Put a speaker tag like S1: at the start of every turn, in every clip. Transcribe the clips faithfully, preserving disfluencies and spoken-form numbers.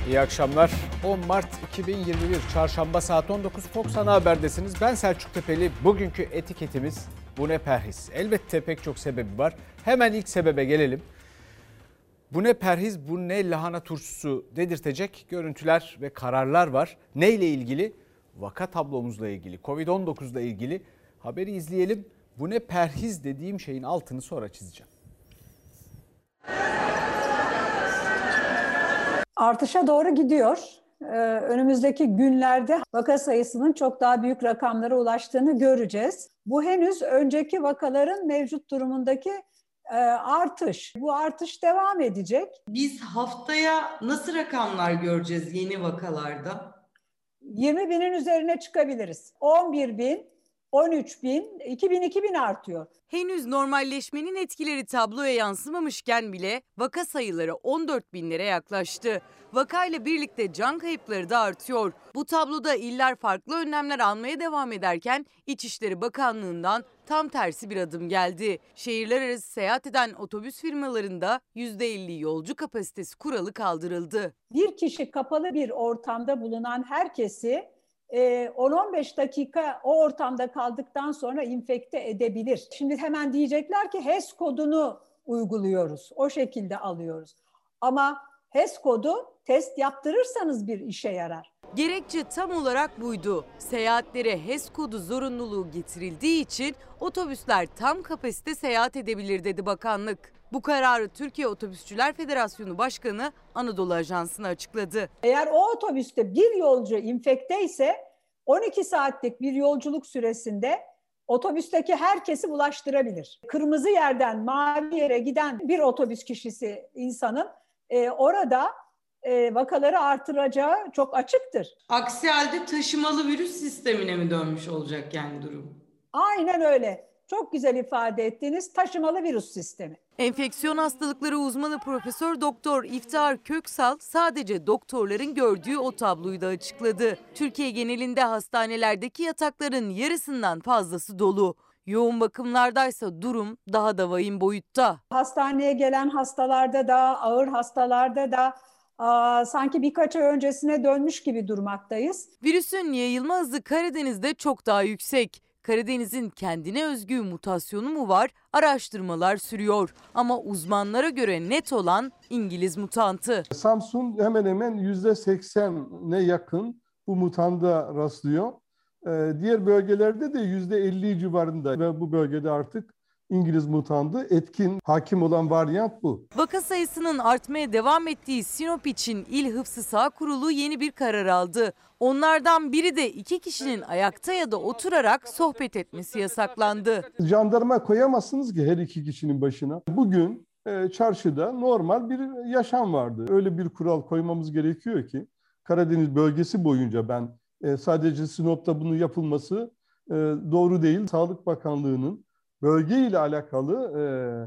S1: İyi akşamlar. on Mart iki bin yirmi bir Çarşamba saat on dokuz Fox Ana Haber'desiniz. Ben Selçuk Tepeli. Bugünkü etiketimiz bu ne perhiz? Elbette pek çok sebebi var. Hemen ilk sebebe gelelim. Bu ne perhiz, bu ne lahana turşusu dedirtecek görüntüler ve kararlar var. Neyle ilgili? Vaka tablomuzla ilgili, kovid on dokuzla ilgili. Haberi izleyelim. Bu ne perhiz dediğim şeyin altını sonra çizeceğim.
S2: Artışa doğru gidiyor. Ee, önümüzdeki günlerde vaka sayısının çok daha büyük rakamlara ulaştığını göreceğiz. Bu henüz önceki vakaların mevcut durumundaki e, artış. Bu artış devam edecek.
S3: Biz haftaya nasıl rakamlar göreceğiz yeni vakalarda?
S2: yirmi binin üzerine çıkabiliriz. on bir bin, on üç bin, iki bin iki bin artıyor.
S4: Henüz normalleşmenin etkileri tabloya yansımamışken bile vaka sayıları on dört binlere yaklaştı. Vakayla birlikte can kayıpları da artıyor. Bu tabloda iller farklı önlemler almaya devam ederken İçişleri Bakanlığı'ndan tam tersi bir adım geldi. Şehirler arası seyahat eden otobüs firmalarında yüzde elli yolcu kapasitesi kuralı kaldırıldı.
S2: Bir kişi kapalı bir ortamda bulunan herkesi on on beş dakika o ortamda kaldıktan sonra infekte edebilir. Şimdi hemen diyecekler ki H E S kodunu uyguluyoruz. O şekilde alıyoruz. Ama H E S kodu test yaptırırsanız bir işe yarar.
S4: Gerekçe tam olarak buydu. Seyahatlere H E S kodu zorunluluğu getirildiği için otobüsler tam kapasite seyahat edebilir dedi bakanlık. Bu kararı Türkiye Otobüsçüler Federasyonu Başkanı Anadolu Ajansı'na açıkladı.
S2: Eğer o otobüste bir yolcu infekte ise on iki saatlik bir yolculuk süresinde otobüsteki herkesi bulaştırabilir. Kırmızı yerden mavi yere giden bir otobüs kişisi insanın e, orada e, vakaları artıracağı çok açıktır.
S3: Aksi halde taşımalı virüs sistemine mi dönmüş olacak yani durum?
S2: Aynen öyle. Çok güzel ifade ettiğiniz taşımalı virüs sistemi.
S4: Enfeksiyon hastalıkları uzmanı Profesör Doktor İftihar Köksal sadece doktorların gördüğü o tabloyu da açıkladı. Türkiye genelinde hastanelerdeki yatakların yarısından fazlası dolu. Yoğun bakımlardaysa durum daha da vahim boyutta.
S2: Hastaneye gelen hastalarda da, ağır hastalarda da aa, sanki birkaç ay öncesine dönmüş gibi durmaktayız.
S4: Virüsün yayılma hızı Karadeniz'de çok daha yüksek. Karadeniz'in kendine özgü mutasyonu mu var? Araştırmalar sürüyor. Ama uzmanlara göre net olan İngiliz mutantı.
S5: Samsun hemen hemen yüzde seksene yakın bu mutanda rastlıyor. Ee, diğer bölgelerde de yüzde elli civarında ve bu bölgede artık İngiliz mutandı etkin, hakim olan varyant bu.
S4: Vaka sayısının artmaya devam ettiği Sinop için İl Hıfzı Sağ Kurulu yeni bir karar aldı. Onlardan biri de iki kişinin ayakta ya da oturarak sohbet etmesi yasaklandı.
S5: Jandarma koyamazsınız ki her iki kişinin başına. Bugün e, çarşıda normal bir yaşam vardı. Öyle bir kural koymamız gerekiyor ki Karadeniz bölgesi boyunca ben e, sadece Sinop'ta bunun yapılması e, doğru değil. Sağlık Bakanlığı'nın bölge ile alakalı e,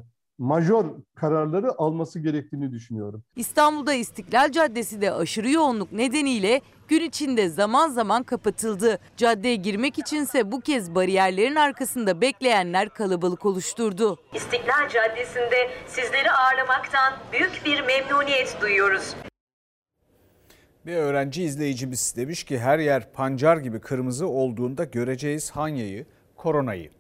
S5: majör kararları alması gerektiğini düşünüyorum.
S4: İstanbul'da İstiklal Caddesi de aşırı yoğunluk nedeniyle gün içinde zaman zaman kapatıldı. Caddeye girmek içinse bu kez bariyerlerin arkasında bekleyenler kalabalık oluşturdu.
S6: İstiklal Caddesi'nde sizleri ağırlamaktan büyük bir memnuniyet duyuyoruz.
S1: Bir öğrenci izleyicimiz demiş ki her yer pancar gibi kırmızı olduğunda göreceğiz Hanya'yı, koronayı.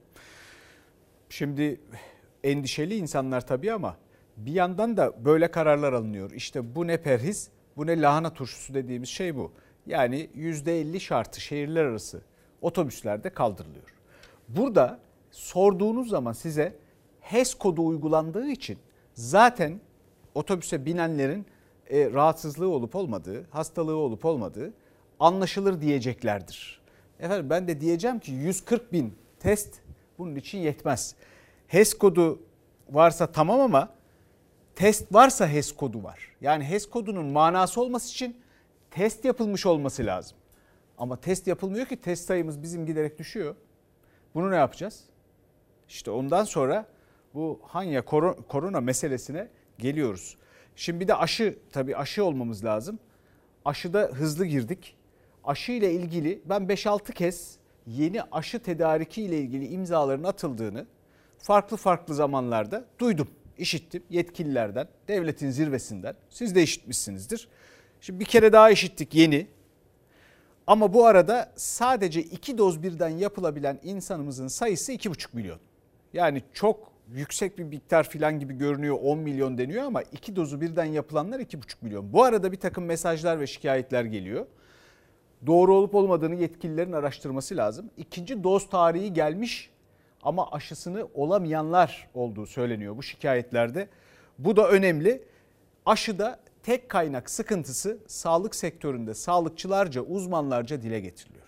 S1: Şimdi endişeli insanlar tabii ama bir yandan da böyle kararlar alınıyor. İşte bu ne perhiz, bu ne lahana turşusu dediğimiz şey bu. Yani yüzde elli şartı şehirler arası otobüslerde kaldırılıyor. Burada sorduğunuz zaman size H E S kodu uygulandığı için zaten otobüse binenlerin e, rahatsızlığı olup olmadığı, hastalığı olup olmadığı anlaşılır diyeceklerdir. Efendim ben de diyeceğim ki yüz kırk bin test bunun için yetmez. H E S kodu varsa tamam ama test varsa H E S kodu var. Yani H E S kodunun manası olması için test yapılmış olması lazım. Ama test yapılmıyor ki, test sayımız bizim giderek düşüyor. Bunu ne yapacağız? İşte ondan sonra bu Hanya korona meselesine geliyoruz. Şimdi bir de aşı, tabii aşı olmamız lazım. Aşıda hızlı girdik. Aşı ile ilgili ben beş altı kez yeni aşı tedariki ile ilgili imzaların atıldığını farklı farklı zamanlarda duydum, işittim yetkililerden, devletin zirvesinden. Siz de işitmişsinizdir. Şimdi bir kere daha işittik yeni. Ama bu arada sadece iki doz birden yapılabilen insanımızın sayısı iki buçuk milyon. Yani çok yüksek bir miktar falan gibi görünüyor, on milyon deniyor ama iki dozu birden yapılanlar iki buçuk milyon. Bu arada bir takım mesajlar ve şikayetler geliyor. Doğru olup olmadığını yetkililerin araştırması lazım. İkinci doz tarihi gelmiş ama aşısını olamayanlar olduğu söyleniyor bu şikayetlerde. Bu da önemli. Aşıda tek kaynak sıkıntısı sağlık sektöründe sağlıkçılarca, uzmanlarca dile getiriliyor.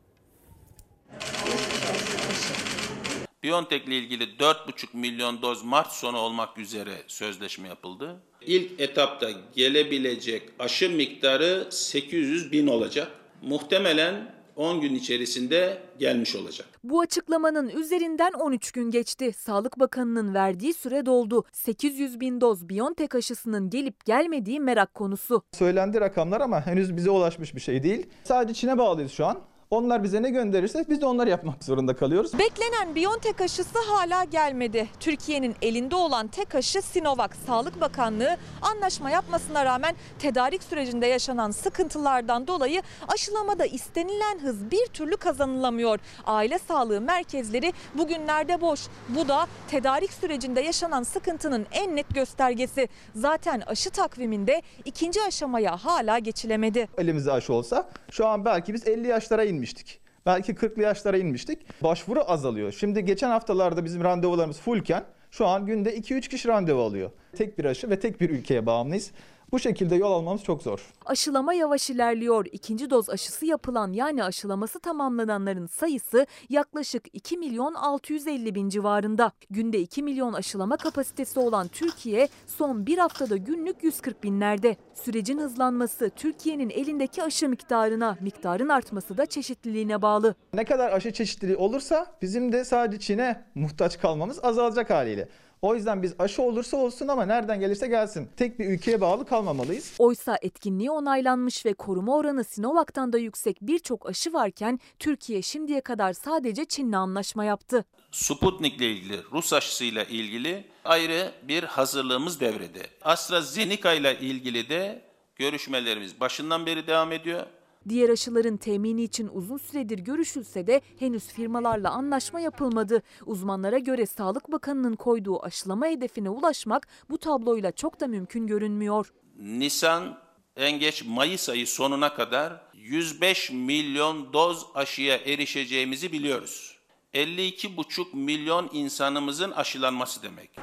S7: BioNTech ile ilgili dört buçuk milyon doz Mart sonu olmak üzere sözleşme yapıldı. İlk etapta gelebilecek aşı miktarı sekiz yüz bin olacak. Muhtemelen on gün içerisinde gelmiş olacak.
S8: Bu açıklamanın üzerinden on üç gün geçti. Sağlık Bakanı'nın verdiği süre doldu. sekiz yüz bin doz BioNTech aşısının gelip gelmediği merak konusu.
S9: Söylendi rakamlar ama henüz bize ulaşmış bir şey değil. Sadece Çin'e bağlıyız şu an. Onlar bize ne gönderirse biz de onları yapmak zorunda kalıyoruz.
S8: Beklenen BioNTech aşısı hala gelmedi. Türkiye'nin elinde olan tek aşı Sinovac. Sağlık Bakanlığı anlaşma yapmasına rağmen tedarik sürecinde yaşanan sıkıntılardan dolayı aşılamada istenilen hız bir türlü kazanılamıyor. Aile sağlığı merkezleri bugünlerde boş. Bu da tedarik sürecinde yaşanan sıkıntının en net göstergesi. Zaten aşı takviminde ikinci aşamaya hala geçilemedi.
S9: Elimizde aşı olsa şu an belki biz elli yaşlara inmiştik. Belki kırklı yaşlara inmiştik. Başvuru azalıyor. Şimdi geçen haftalarda bizim randevularımız fullken şu an günde iki üç kişi randevu alıyor. Tek bir aşı ve tek bir ülkeye bağımlıyız. Bu şekilde yol almamız çok zor.
S8: Aşılama yavaş ilerliyor. İkinci doz aşısı yapılan yani aşılaması tamamlananların sayısı yaklaşık iki milyon altı yüz elli bin civarında. Günde iki milyon aşılama kapasitesi olan Türkiye son bir haftada günlük yüz kırk binlerde. Sürecin hızlanması Türkiye'nin elindeki aşı miktarına, miktarın artması da çeşitliliğine bağlı.
S9: Ne kadar aşı çeşitliliği olursa bizim de sadece Çin'e muhtaç kalmamız azalacak haliyle. O yüzden biz aşı olursa olsun ama nereden gelirse gelsin. Tek bir ülkeye bağlı kalmamalıyız.
S8: Oysa etkinliği onaylanmış ve koruma oranı Sinovac'tan da yüksek birçok aşı varken Türkiye şimdiye kadar sadece Çin'le anlaşma yaptı.
S7: Sputnik ile ilgili, Rus aşısıyla ilgili ayrı bir hazırlığımız devrede. AstraZeneca ile ilgili de görüşmelerimiz başından beri devam ediyor.
S8: Diğer aşıların temini için uzun süredir görüşülse de henüz firmalarla anlaşma yapılmadı. Uzmanlara göre Sağlık Bakanı'nın koyduğu aşılama hedefine ulaşmak bu tabloyla çok da mümkün görünmüyor.
S7: Nisan, en geç Mayıs ayı sonuna kadar yüz beş milyon doz aşıya erişeceğimizi biliyoruz. elli iki buçuk milyon insanımızın aşılanması demek.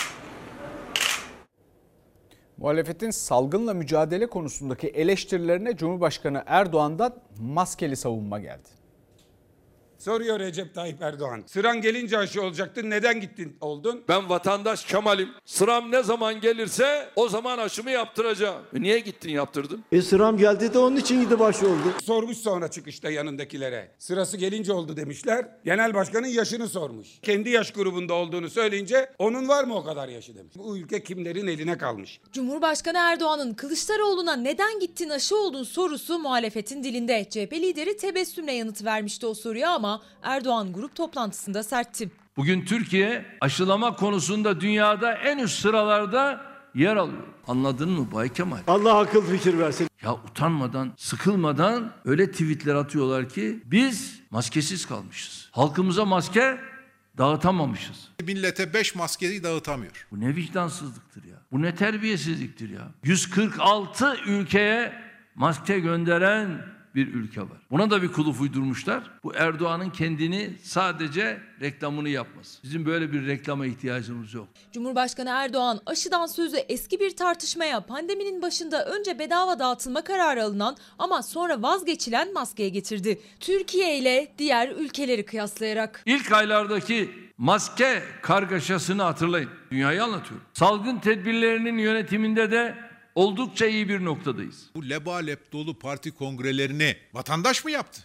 S1: Muhalefetin salgınla mücadele konusundaki eleştirilerine Cumhurbaşkanı Erdoğan'dan maskeli savunma geldi.
S10: Soruyor Recep Tayyip Erdoğan. Sıran gelince aşı olacaktın. Neden gittin oldun?
S11: Ben vatandaş Kemal'im. Sıram ne zaman gelirse o zaman aşımı yaptıracağım. E niye gittin yaptırdın?
S12: E sıram geldi de onun için gidip aşı oldu.
S10: Sormuş sonra çıkışta yanındakilere. Sırası gelince oldu demişler. Genel başkanın yaşını sormuş. Kendi yaş grubunda olduğunu söyleyince onun var mı o kadar yaşı demiş. Bu ülke kimlerin eline kalmış.
S13: Cumhurbaşkanı Erdoğan'ın Kılıçdaroğlu'na neden gittin aşı oldun sorusu muhalefetin dilinde. C H P lideri tebessümle yanıt vermişti o soruya ama Erdoğan grup toplantısında sertti.
S11: Bugün Türkiye aşılama konusunda dünyada en üst sıralarda yer alıyor. Anladın mı Bay Kemal?
S12: Allah akıl fikir versin.
S11: Ya utanmadan, sıkılmadan öyle tweetler atıyorlar ki biz maskesiz kalmışız. Halkımıza maske dağıtamamışız.
S14: Millete beş maskeyi dağıtamıyor.
S11: Bu ne vicdansızlıktır ya. Bu ne terbiyesizliktir ya. yüz kırk altı ülkeye maske gönderen bir ülke var. Buna da bir kılıf uydurmuşlar. Bu Erdoğan'ın kendini sadece reklamını yapması. Bizim böyle bir reklama ihtiyacımız yok.
S13: Cumhurbaşkanı Erdoğan aşıdan sözü eski bir tartışmaya pandeminin başında önce bedava dağıtılma kararı alınan ama sonra vazgeçilen maskeye getirdi. Türkiye ile diğer ülkeleri kıyaslayarak.
S11: İlk aylardaki maske kargaşasını hatırlayın. Dünyayı anlatıyorum. Salgın tedbirlerinin yönetiminde de oldukça iyi bir noktadayız.
S14: Bu lebalep dolu parti kongrelerini vatandaş mı yaptı?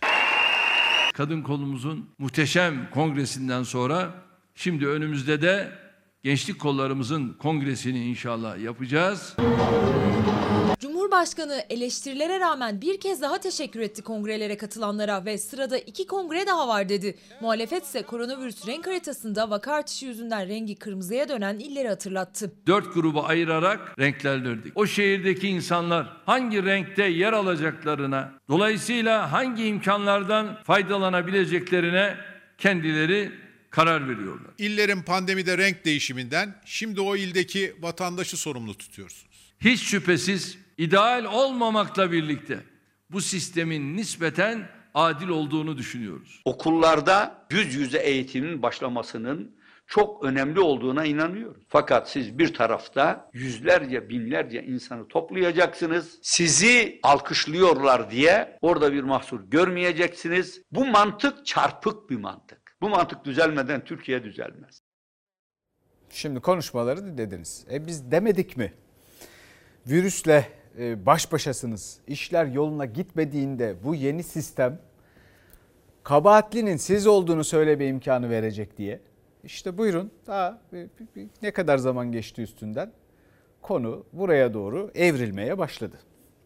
S11: Kadın kolumuzun muhteşem kongresinden sonra şimdi önümüzde de gençlik kollarımızın kongresini inşallah yapacağız.
S13: Cumhurbaşkanı eleştirilere rağmen bir kez daha teşekkür etti kongrelere katılanlara ve sırada iki kongre daha var dedi. Muhalefet ise koronavirüs renk haritasında vaka artışı yüzünden rengi kırmızıya dönen illeri hatırlattı.
S11: Dört gruba ayırarak renklendirdik. O şehirdeki insanlar hangi renkte yer alacaklarına, dolayısıyla hangi imkanlardan faydalanabileceklerine kendileri karar veriyorlar.
S14: İllerin pandemide renk değişiminden şimdi o ildeki vatandaşı sorumlu tutuyorsunuz.
S11: Hiç şüphesiz ideal olmamakla birlikte bu sistemin nispeten adil olduğunu düşünüyoruz.
S15: Okullarda yüz yüze eğitimin başlamasının çok önemli olduğuna inanıyoruz. Fakat siz bir tarafta yüzlerce, binlerce insanı toplayacaksınız. Sizi alkışlıyorlar diye orada bir mahsur görmeyeceksiniz. Bu mantık çarpık bir mantık. Bu mantık düzelmeden Türkiye düzelmez.
S1: Şimdi konuşmaları dinlediniz. E biz demedik mi? Virüsle baş başasınız. İşler yoluna gitmediğinde bu yeni sistem kabahatlinin siz olduğunu söyleme imkanı verecek diye. İşte buyurun, daha ne kadar zaman geçti üstünden, konu buraya doğru evrilmeye başladı.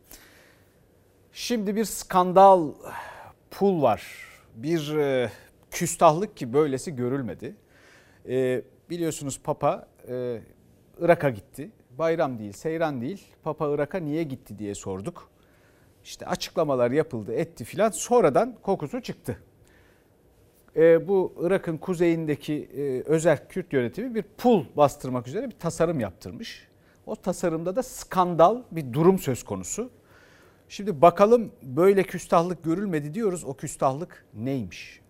S1: Şimdi bir skandal pul var. Bir e, küstahlık ki böylesi görülmedi. E, biliyorsunuz Papa e, Irak'a gitti. Bayram değil, seyran değil. Papa Irak'a niye gitti diye sorduk. İşte açıklamalar yapıldı, etti filan. Sonradan kokusu çıktı. E, bu Irak'ın kuzeyindeki e, özerk Kürt yönetimi bir pul bastırmak üzere bir tasarım yaptırmış. O tasarımda da skandal bir durum söz konusu. Şimdi bakalım, böyle küstahlık görülmedi diyoruz. O küstahlık neymiş?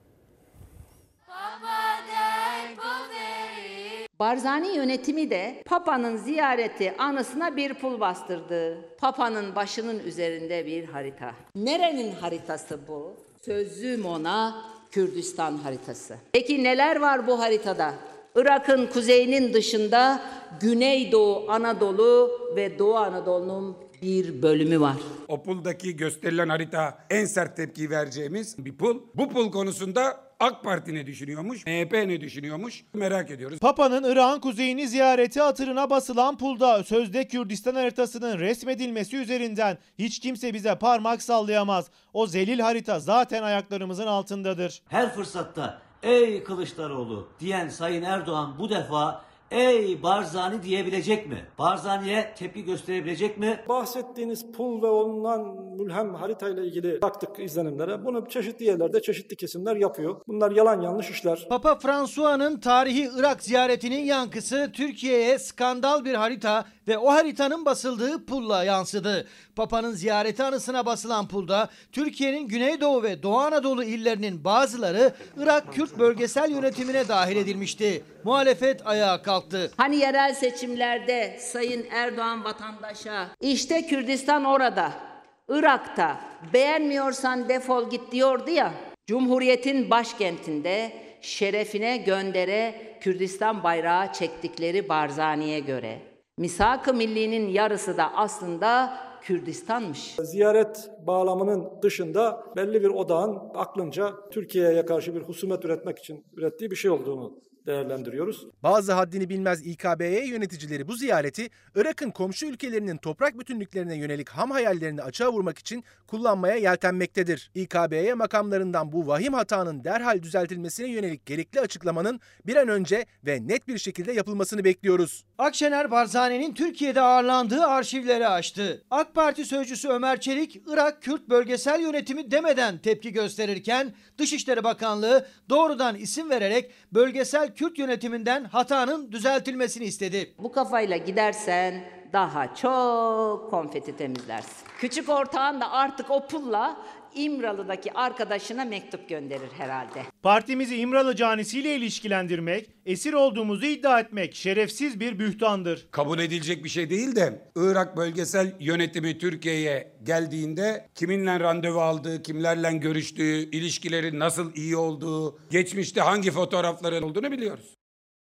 S16: Barzani yönetimi de Papa'nın ziyareti anısına bir pul bastırdı. Papa'nın başının üzerinde bir harita. Nerenin haritası bu? Sözlüğüm ona Kürdistan haritası. Peki neler var bu haritada? Irak'ın kuzeyinin dışında Güneydoğu Anadolu ve Doğu Anadolu'nun bir bölümü var.
S10: O puldaki gösterilen harita en sert tepki vereceğimiz bir pul. Bu pul konusunda AK Parti ne düşünüyormuş, M H P ne düşünüyormuş merak ediyoruz.
S17: Papa'nın Irak'ın kuzeyini ziyareti hatırına basılan pulda sözde Kürdistan haritasının resmedilmesi üzerinden hiç kimse bize parmak sallayamaz. O zelil harita zaten ayaklarımızın altındadır.
S18: Her fırsatta ey Kılıçdaroğlu diyen Sayın Erdoğan bu defa ey Barzani diyebilecek mi? Barzani'ye tepki gösterebilecek mi?
S19: Bahsettiğiniz pul ve ondan mülhem haritayla ilgili baktık izlenimlere. Bunu çeşitli yerlerde çeşitli kesimler yapıyor. Bunlar yalan yanlış işler.
S17: Papa François'ın tarihi Irak ziyaretinin yankısı Türkiye'ye skandal bir harita ve o haritanın basıldığı pulla yansıdı. Papa'nın ziyareti anısına basılan pulda Türkiye'nin Güneydoğu ve Doğu Anadolu illerinin bazıları Irak Kürt bölgesel yönetimine dahil edilmişti. Muhalefet ayağa kalktı.
S16: Hani yerel seçimlerde Sayın Erdoğan vatandaşa işte Kürdistan orada, Irak'ta, beğenmiyorsan defol git diyordu ya. Cumhuriyetin başkentinde şerefine göndere Kürdistan bayrağı çektikleri Barzani'ye göre Misak-ı Milli'nin yarısı da aslında Kürdistan'mış.
S19: Ziyaret bağlamının dışında belli bir odağın aklınca Türkiye'ye karşı bir husumet üretmek için ürettiği bir şey olduğunu değerlendiriyoruz.
S20: Bazı haddini bilmez İ K B Y yöneticileri bu ziyareti Irak'ın komşu ülkelerinin toprak bütünlüklerine yönelik ham hayallerini açığa vurmak için kullanmaya yeltenmektedir. İ K B Y makamlarından bu vahim hatanın derhal düzeltilmesine yönelik gerekli açıklamanın bir an önce ve net bir şekilde yapılmasını bekliyoruz.
S17: Akşener Barzani'nin Türkiye'de ağırlandığı arşivleri açtı. AK Parti sözcüsü Ömer Çelik, Irak Kürt bölgesel yönetimi demeden tepki gösterirken Dışişleri Bakanlığı doğrudan isim vererek bölgesel Kürt yönetiminden hatanın düzeltilmesini istedi.
S16: Bu kafayla gidersen daha çok konfeti temizlersin. Küçük ortağın da artık o pulla İmralı'daki arkadaşına mektup gönderir herhalde.
S17: Partimizi İmralı canisiyle ilişkilendirmek, esir olduğumuzu iddia etmek şerefsiz bir bühtandır.
S10: Kabul edilecek bir şey değil de Irak bölgesel yönetimi Türkiye'ye geldiğinde kiminle randevu aldığı, kimlerle görüştüğü, ilişkileri nasıl iyi olduğu, geçmişte hangi fotoğrafların olduğunu biliyoruz.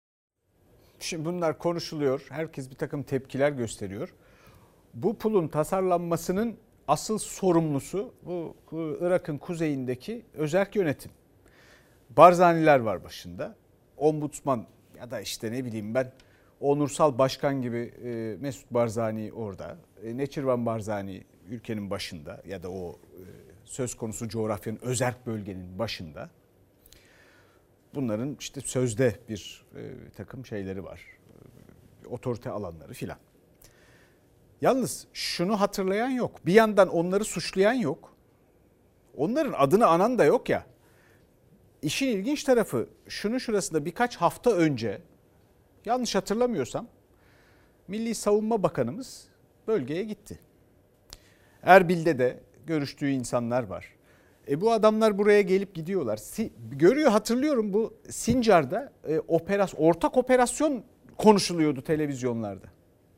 S1: Şimdi bunlar konuşuluyor. Herkes bir takım tepkiler gösteriyor. Bu pulun tasarlanmasının asıl sorumlusu bu Irak'ın kuzeyindeki özerk yönetim. Barzaniler var başında. Ombudsman ya da işte ne bileyim ben Onursal Başkan gibi e, Mesut Barzani orada. E, Neçirvan Barzani ülkenin başında ya da o e, söz konusu coğrafyanın özerk bölgenin başında. Bunların işte sözde bir e, takım şeyleri var. E, otorite alanları filan. Yalnız şunu hatırlayan yok. Bir yandan onları suçlayan yok. Onların adını anan da yok ya. İşin ilginç tarafı şunun şurasında birkaç hafta önce, yanlış hatırlamıyorsam, Milli Savunma Bakanımız bölgeye gitti. Erbil'de de görüştüğü insanlar var. E bu adamlar buraya gelip gidiyorlar. Si, görüyor, hatırlıyorum, bu Sincar'da e, operasyon, ortak operasyon konuşuluyordu televizyonlarda.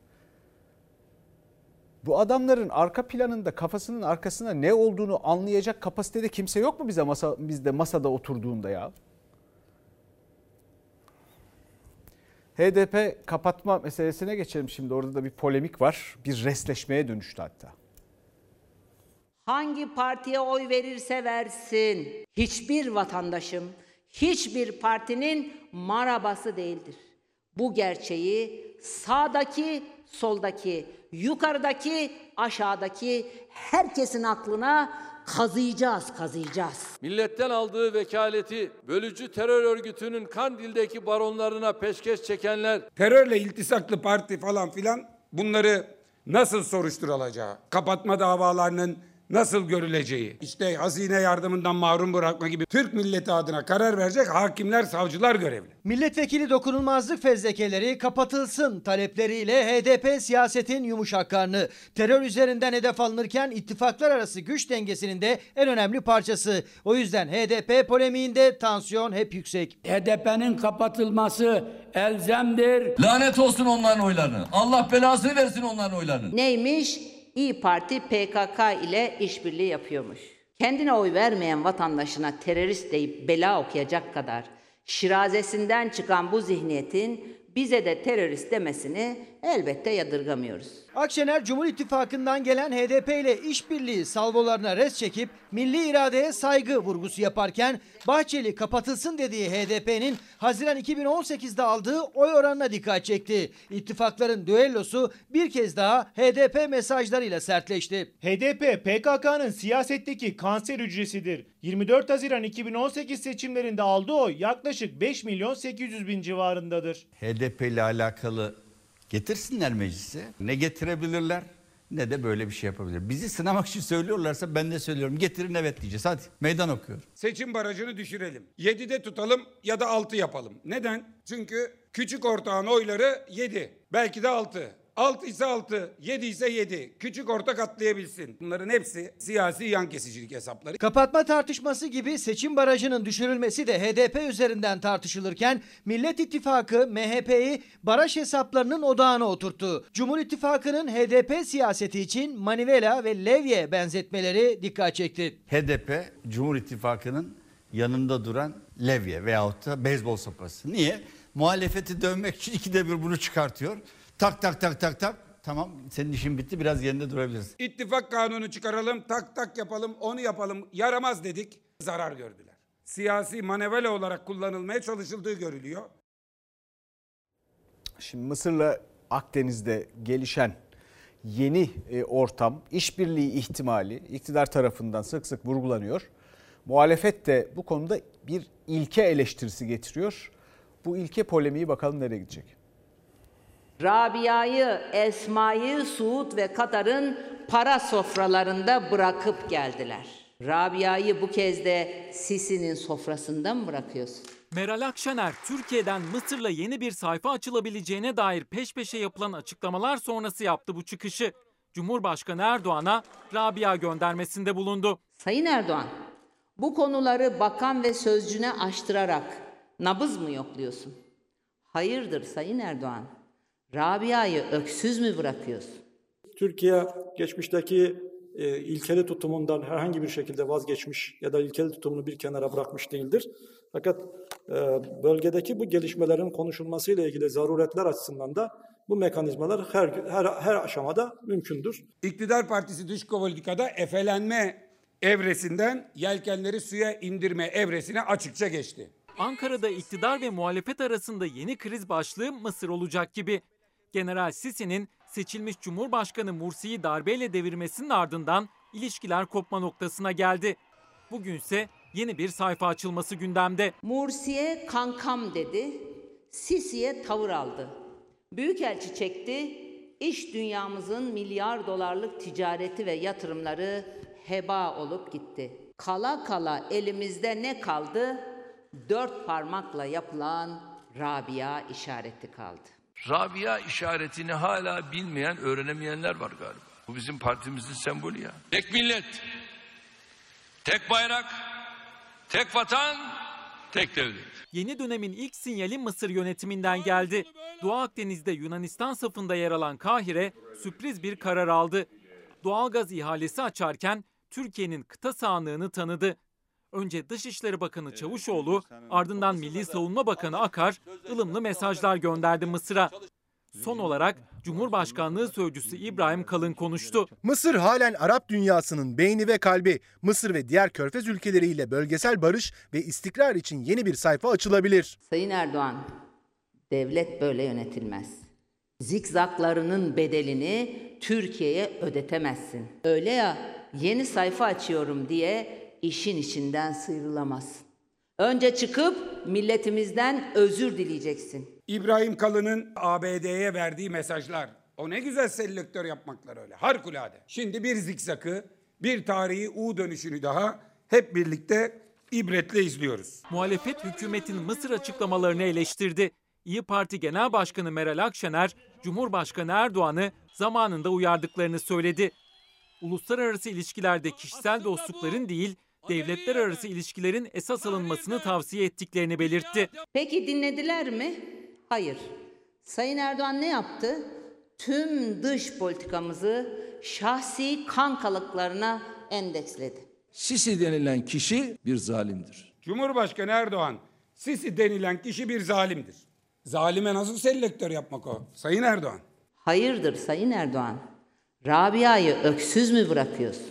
S1: Bu adamların arka planında, kafasının arkasında ne olduğunu anlayacak kapasitede kimse yok mu bize masa, bizde masada oturduğunda ya? H D P kapatma meselesine geçelim şimdi. Orada da bir polemik var. Bir resleşmeye dönüştü hatta.
S16: Hangi partiye oy verirse versin, hiçbir vatandaşım, hiçbir partinin marabası değildir. Bu gerçeği sağdaki, soldaki, yukarıdaki, aşağıdaki herkesin aklına kazıyacağız, kazıyacağız.
S11: Milletten aldığı vekaleti bölücü terör örgütünün Kandil'deki baronlarına peşkeş çekenler,
S10: terörle iltisaklı parti falan filan, bunları nasıl soruşturulacağı, kapatma davalarının nasıl görüleceği, işte hazine yardımından mahrum bırakma gibi Türk milleti adına karar verecek hakimler, savcılar görevli.
S17: Milletvekili dokunulmazlık fezlekeleri kapatılsın talepleriyle H D P siyasetin yumuşak karnı. Terör üzerinden hedef alınırken ittifaklar arası güç dengesinin de en önemli parçası. O yüzden H D P polemiğinde tansiyon hep yüksek.
S21: H D P'nin kapatılması elzemdir.
S22: Lanet olsun onların oylarını. Allah belasını versin onların oylarını.
S16: Neymiş? İYİ Parti P K K ile işbirliği yapıyormuş. Kendine oy vermeyen vatandaşına terörist deyip bela okuyacak kadar şirazesinden çıkan bu zihniyetin bize de terörist demesini elbette yadırgamıyoruz.
S17: Akşener Cumhur İttifakı'ndan gelen H D P ile işbirliği salvolarına res çekip milli iradeye saygı vurgusu yaparken Bahçeli kapatılsın dediği H D P'nin Haziran iki bin on sekizde aldığı oy oranına dikkat çekti. İttifakların düellosu bir kez daha H D P mesajlarıyla sertleşti.
S23: H D P, P K K'nın siyasetteki kanser hücresidir. yirmi dört Haziran iki bin on sekiz seçimlerinde aldığı oy yaklaşık beş milyon sekiz yüz bin civarındadır.
S24: H D P ile alakalı getirsinler meclise. Ne getirebilirler ne de böyle bir şey yapabilir. Bizi sınamak için söylüyorlarsa ben de söylüyorum. Getirin evet diyeceğiz. Hadi meydan okuyor.
S10: Seçim barajını düşürelim. yedide tutalım ya da altı yapalım. Neden? Çünkü küçük ortağın oyları yedi. Belki de altı. altı ise altı, yedi ise yedi. Küçük ortak atlayabilsin. Bunların hepsi siyasi yan kesicilik hesapları.
S17: Kapatma tartışması gibi seçim barajının düşürülmesi de H D P üzerinden tartışılırken Millet İttifakı M H P'yi baraj hesaplarının odağına oturttu. Cumhur İttifakı'nın H D P siyaseti için manivela ve levye benzetmeleri dikkat çekti.
S24: H D P Cumhur İttifakı'nın yanında duran levye veyahut da beyzbol sopası. Niye? Muhalefeti dövmek için ikide bir bunu çıkartıyor. Tak tak tak tak tak. Tamam, senin işin bitti, biraz yerinde durabilirsin.
S10: İttifak kanunu çıkaralım, tak tak yapalım, onu yapalım. Yaramaz dedik, zarar gördüler. Siyasi manevra olarak kullanılmaya çalışıldığı görülüyor.
S1: Şimdi Mısır'la Akdeniz'de gelişen yeni ortam, işbirliği ihtimali iktidar tarafından sık sık vurgulanıyor. Muhalefet de bu konuda bir ilke eleştirisi getiriyor. Bu ilke polemiği bakalım nereye gidecek?
S16: Rabia'yı, Esma'yı Suud ve Katar'ın para sofralarında bırakıp geldiler. Rabia'yı bu kez de Sisi'nin sofrasında mı bırakıyorsun?
S25: Meral Akşener, Türkiye'den Mısır'la yeni bir sayfa açılabileceğine dair peş peşe yapılan açıklamalar sonrası yaptı bu çıkışı. Cumhurbaşkanı Erdoğan'a Rabia göndermesinde bulundu.
S16: Sayın Erdoğan, bu konuları bakan ve sözcüne açtırarak nabız mı yokluyorsun? Hayırdır Sayın Erdoğan? Rabia'yı öksüz mü bırakıyorsun?
S19: Türkiye geçmişteki e, ilkeli tutumundan herhangi bir şekilde vazgeçmiş ya da ilkeli tutumunu bir kenara bırakmış değildir. Fakat e, bölgedeki bu gelişmelerin konuşulmasıyla ilgili zaruretler açısından da bu mekanizmalar her her her aşamada mümkündür.
S10: İktidar Partisi dış politikada efelenme evresinden yelkenleri suya indirme evresine açıkça geçti.
S25: Ankara'da iktidar ve muhalefet arasında yeni kriz başlığı Mısır olacak gibi. General Sisi'nin seçilmiş Cumhurbaşkanı Mursi'yi darbeyle devirmesinin ardından ilişkiler kopma noktasına geldi. Bugünse yeni bir sayfa açılması gündemde.
S16: Mursi'ye kankam dedi, Sisi'ye tavır aldı. Büyükelçi çekti, iş dünyamızın milyar dolarlık ticareti ve yatırımları heba olup gitti. Kala kala elimizde ne kaldı? Dört parmakla yapılan Rabia işareti kaldı.
S11: Rabia işaretini hala bilmeyen, öğrenemeyenler var galiba. Bu bizim partimizin sembolü ya. Tek millet, tek bayrak, tek vatan, tek devlet.
S25: Yeni dönemin ilk sinyali Mısır yönetiminden geldi. Doğu Akdeniz'de Yunanistan safında yer alan Kahire sürpriz bir karar aldı. Doğalgaz ihalesi açarken Türkiye'nin kıta sahanlığını tanıdı. Önce Dışişleri Bakanı Çavuşoğlu, ardından Milli Savunma Bakanı Akar ılımlı mesajlar gönderdi Mısır'a. Son olarak Cumhurbaşkanlığı Sözcüsü İbrahim Kalın konuştu.
S20: Mısır halen Arap dünyasının beyni ve kalbi. Mısır ve diğer Körfez ülkeleriyle bölgesel barış ve istikrar için yeni bir sayfa açılabilir.
S16: Sayın Erdoğan, devlet böyle yönetilmez. Zikzaklarının bedelini Türkiye'ye ödetemezsin. Öyle ya, yeni sayfa açıyorum diye işin içinden sıyrılamazsın. Önce çıkıp milletimizden özür dileyeceksin.
S10: İbrahim Kalın'ın A B D'ye verdiği mesajlar. O ne güzel selektör yapmaklar öyle. Harikulade. Şimdi bir zikzakı, bir tarihi U dönüşünü daha hep birlikte ibretle izliyoruz.
S25: Muhalefet hükümetin Mısır açıklamalarını eleştirdi. İYİ Parti Genel Başkanı Meral Akşener, Cumhurbaşkanı Erdoğan'ı zamanında uyardıklarını söyledi. Uluslararası ilişkilerde kişisel dostlukların değil, devletler arası ilişkilerin esas alınmasını tavsiye ettiklerini belirtti.
S16: Peki dinlediler mi? Hayır. Sayın Erdoğan ne yaptı? Tüm dış politikamızı şahsi kankalıklarına endeksledi.
S22: Sisi denilen kişi bir zalimdir.
S10: Cumhurbaşkanı Erdoğan, Sisi denilen kişi bir zalimdir. Zalime nasıl selektör yapmak o? Sayın Erdoğan.
S16: Hayırdır Sayın Erdoğan? Rabia'yı öksüz mü bırakıyorsun?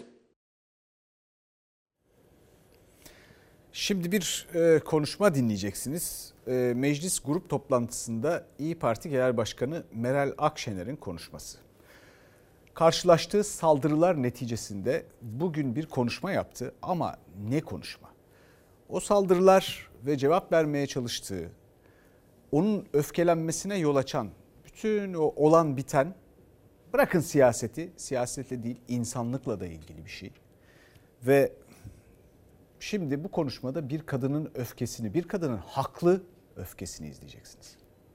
S1: Şimdi bir e, konuşma dinleyeceksiniz. E, meclis grup toplantısında İYİ Parti Genel Başkanı Meral Akşener'in konuşması. Karşılaştığı saldırılar neticesinde bugün bir konuşma yaptı ama ne konuşma? O saldırılar ve cevap vermeye çalıştığı, onun öfkelenmesine yol açan bütün o olan biten, bırakın siyaseti, siyasetle değil insanlıkla da ilgili bir şey. Ve şimdi bu konuşmada bir kadının öfkesini, bir kadının haklı öfkesini izleyeceksiniz.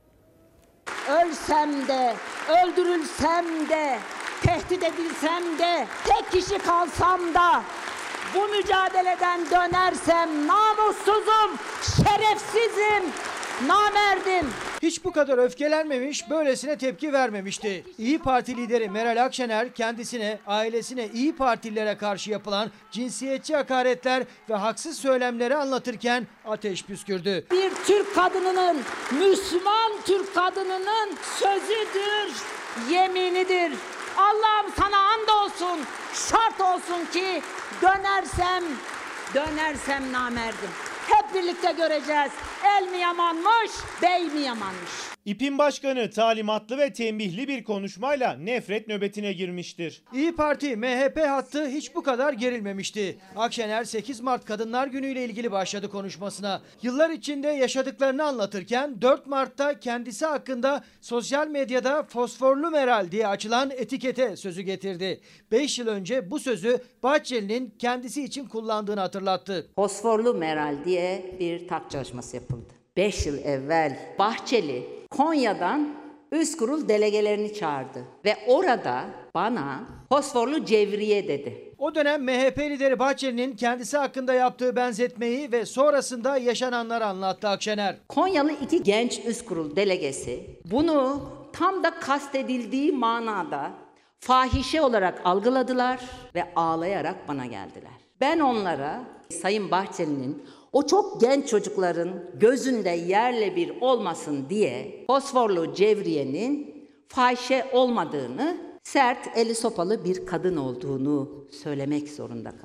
S16: Ölsem de, öldürülsem de, tehdit edilsem de, tek kişi kalsam da, bu mücadeleden dönersem namussuzum, şerefsizim, namerdim.
S17: Hiç bu kadar öfkelenmemiş, böylesine tepki vermemişti. İYİ Parti lideri Meral Akşener kendisine, ailesine, İYİ Partililere karşı yapılan cinsiyetçi hakaretler ve haksız söylemleri anlatırken ateş püskürdü.
S16: Bir Türk kadınının, Müslüman Türk kadınının sözüdür, yeminidir. Allah'ım sana andolsun, şart olsun ki dönersem, dönersem namerdim. Hep birlikte göreceğiz. El mi yamanmış, bey mi yamanmış?
S23: İP'in başkanı talimatlı ve tembihli bir konuşmayla nefret nöbetine girmiştir.
S17: İYİ Parti M H P hattı hiç bu kadar gerilmemişti. Akşener sekiz Mart Kadınlar Günü ile ilgili başladı konuşmasına. Yıllar içinde yaşadıklarını anlatırken dört Mart'ta kendisi hakkında sosyal medyada fosforlu Meral diye açılan etikete sözü getirdi. beş yıl önce bu sözü Bahçeli'nin kendisi için kullandığını hatırlattı.
S16: Fosforlu Meral diye bir tak çalışması yapıldı. beş yıl evvel Bahçeli Konya'dan üst kurul delegelerini çağırdı ve orada bana fosforlu Cevriye dedi.
S17: O dönem M H P lideri Bahçeli'nin kendisi hakkında yaptığı benzetmeyi ve sonrasında yaşananları anlattı Akşener.
S16: Konyalı iki genç üst kurul delegesi bunu tam da kastedildiği manada fahişe olarak algıladılar ve ağlayarak bana geldiler. Ben onlara Sayın Bahçeli'nin o çok genç çocukların gözünde yerle bir olmasın diye fosforlu Cevriye'nin fahişe olmadığını, sert eli sopalı bir kadın olduğunu söylemek zorunda kaldım.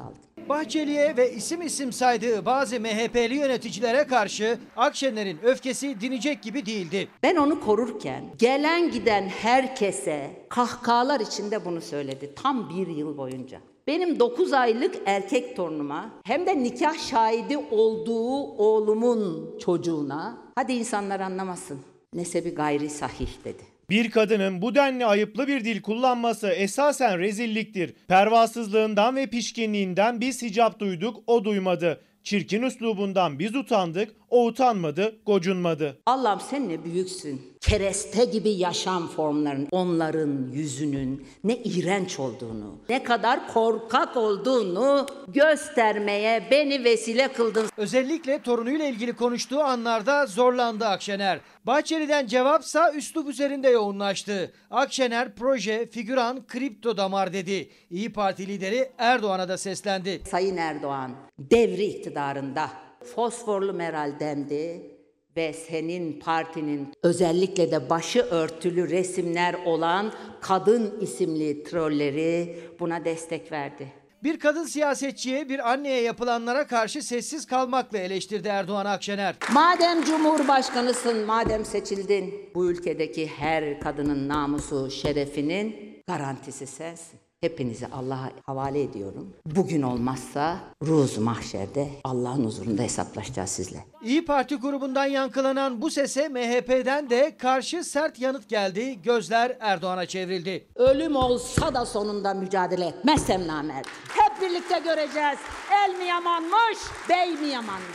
S17: Bahçeli'ye ve isim isim saydığı bazı M H P'li yöneticilere karşı Akşener'in öfkesi dinecek gibi değildi.
S16: Ben onu korurken gelen giden herkese kahkahalar içinde bunu söyledi tam bir yıl boyunca. Benim dokuz aylık erkek torunuma hem de nikah şahidi olduğu oğlumun çocuğuna hadi insanlar anlamasın nesebi gayri sahih dedi.
S23: Bir kadının bu denli ayıplı bir dil kullanması esasen rezilliktir. Pervasızlığından ve pişkinliğinden biz hicap duyduk, o duymadı. Çirkin üslubundan biz utandık, o utanmadı, gocunmadı.
S16: Allah'ım sen ne büyüksün. Kereste gibi yaşam formlarının, onların yüzünün ne iğrenç olduğunu, ne kadar korkak olduğunu göstermeye beni vesile kıldın.
S17: Özellikle torunuyla ilgili konuştuğu anlarda zorlandı Akşener. Bahçeli'den cevapsa üslup üzerinde yoğunlaştı. Akşener proje, figüran, kripto damar dedi. İYİ Parti lideri Erdoğan'a da seslendi.
S16: Sayın Erdoğan devri iktidarında fosforlu Meral dendi ve senin partinin özellikle de başı örtülü resimler olan kadın isimli trolleri buna destek verdi.
S17: Bir kadın siyasetçiye, bir anneye yapılanlara karşı sessiz kalmakla eleştirdi Erdoğan Akşener.
S16: Madem Cumhurbaşkanısın, madem seçildin, bu ülkedeki her kadının namusu, şerefinin garantisi sensin. Hepinizi Allah'a havale ediyorum. Bugün olmazsa Ruz mahşerde Allah'ın huzurunda hesaplaşacağız sizle.
S17: İYİ Parti grubundan yankılanan bu sese M H P'den de karşı sert yanıt geldi. Gözler Erdoğan'a çevrildi.
S16: Ölüm olsa da sonunda mücadele etmezsem namert. Hep birlikte göreceğiz. El mi yamanmış, bey mi yamanmış?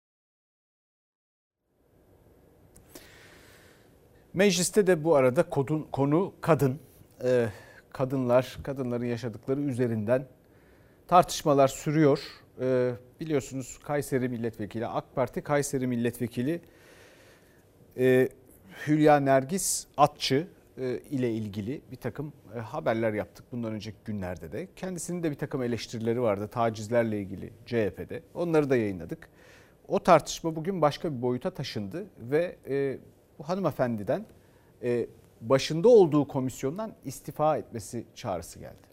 S1: Mecliste de bu arada kodun, konu kadın. Ee, kadınlar, kadınların yaşadıkları üzerinden tartışmalar sürüyor. Ee, biliyorsunuz Kayseri Milletvekili, AK Parti Kayseri Milletvekili e, Hülya Nergis Atçı e, ile ilgili bir takım e, haberler yaptık bundan önceki günlerde de. Kendisinin de bir takım eleştirileri vardı tacizlerle ilgili C H P'de. Onları da yayınladık. O tartışma bugün başka bir boyuta taşındı ve e, bu hanımefendiden e, başında olduğu komisyondan istifa etmesi çağrısı geldi.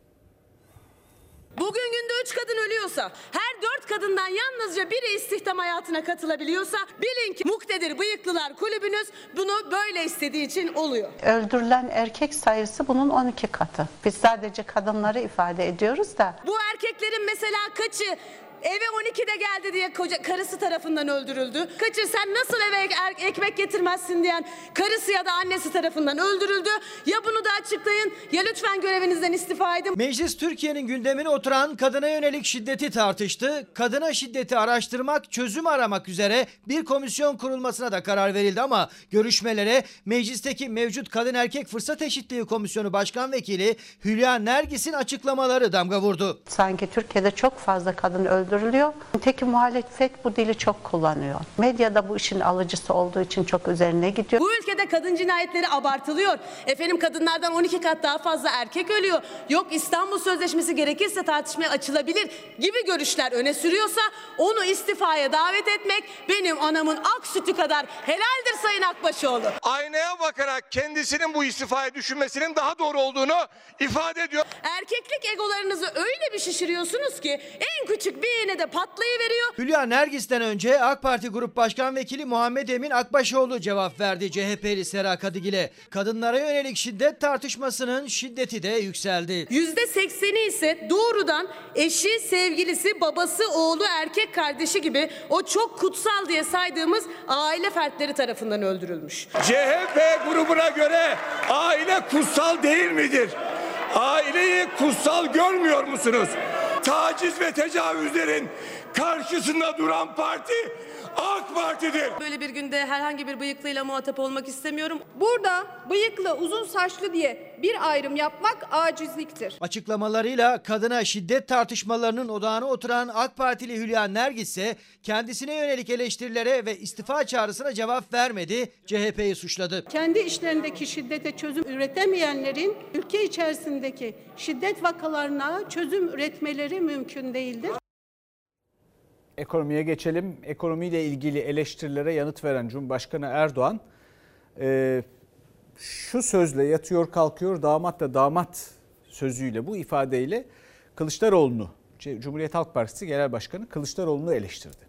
S2: Bugün günde üç kadın ölüyorsa, her dört kadından yalnızca biri istihdam hayatına katılabiliyorsa bilin ki Muktedir Bıyıklılar Kulübünüz bunu böyle istediği için oluyor.
S3: Öldürülen erkek sayısı bunun on iki katı. Biz sadece kadınları ifade ediyoruz da.
S2: Bu erkeklerin mesela kaçı eve on ikide geldi diye koca, karısı tarafından öldürüldü. Kaçı sen nasıl eve er, ekmek getirmezsin diyen karısı ya da annesi tarafından öldürüldü. Ya bunu da açıklayın ya lütfen görevinizden istifa edin.
S17: Meclis Türkiye'nin gündemine oturan kadına yönelik şiddeti tartıştı. Kadına şiddeti araştırmak, çözüm aramak üzere bir komisyon kurulmasına da karar verildi ama görüşmelere meclisteki mevcut Kadın Erkek Fırsat Eşitliği Komisyonu Başkan Vekili Hülya Nergis'in açıklamaları damga vurdu.
S3: Sanki Türkiye'de çok fazla kadın öldürülüyor. Nitekim muhalefet bu dili çok kullanıyor. Medyada bu işin alıcısı olduğu için çok üzerine gidiyor.
S2: Bu ülkede kadın cinayetleri abartılıyor. Efendim kadınlardan on iki kat daha fazla erkek ölüyor. Yok İstanbul Sözleşmesi gerekirse tartışmaya açılabilir gibi görüşler öne sürüyorsa onu istifaya davet etmek benim anamın ak sütü kadar helaldir Sayın Akbaşoğlu.
S4: Aynaya bakarak kendisinin bu istifaya düşünmesinin daha doğru olduğunu ifade ediyor.
S2: Erkeklik egolarınızı öyle bir şişiriyorsunuz ki en küçük bir iğne de patlayıveriyor.
S17: Hülya Nergis'ten önce AK Parti Grup Başkan Vekili Muhammed Emin Akbaşoğlu cevap verdi C H P'li Sera Kadıgil'e. Kadınlara yönelik şiddet tartışmasının şiddeti de yükseldi.
S2: yüzde sekseni ise doğrudan eşi, sevgilisi, babası, oğlu, erkek kardeşi gibi o çok kutsal diye saydığımız aile fertleri tarafından öldürülmüş.
S4: C H P grubuna göre aile kutsal değil midir? Aileyi kutsal görmüyor musunuz? Taciz ve tecavüzlerin karşısında duran parti AK Parti'dir.
S2: Böyle bir günde herhangi bir bıyıklıyla muhatap olmak istemiyorum. Burada bıyıklı, uzun saçlı diye bir ayrım yapmak acizliktir.
S17: Açıklamalarıyla kadına şiddet tartışmalarının odağına oturan AK Partili Hülya Nergis ise kendisine yönelik eleştirilere ve istifa çağrısına cevap vermedi, C H P'yi suçladı.
S5: Kendi işlerindeki şiddete çözüm üretemeyenlerin ülke içerisindeki şiddet vakalarına çözüm üretmeleri mümkün değildir.
S1: Ekonomiye geçelim. Ekonomiyle ilgili eleştirilere yanıt veren Cumhurbaşkanı Erdoğan e, şu sözle yatıyor kalkıyor damat da damat sözüyle bu ifadeyle Kılıçdaroğlu'nu Cumhuriyet Halk Partisi Genel Başkanı Kılıçdaroğlu'nu eleştirdi.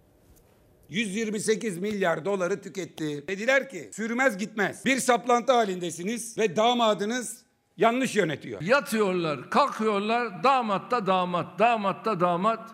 S10: yüz yirmi sekiz milyar doları tüketti. Dediler ki sürmez gitmez. Bir saplantı halindesiniz ve damadınız yanlış yönetiyor.
S11: Yatıyorlar, kalkıyorlar, damat da damat, damat da damat,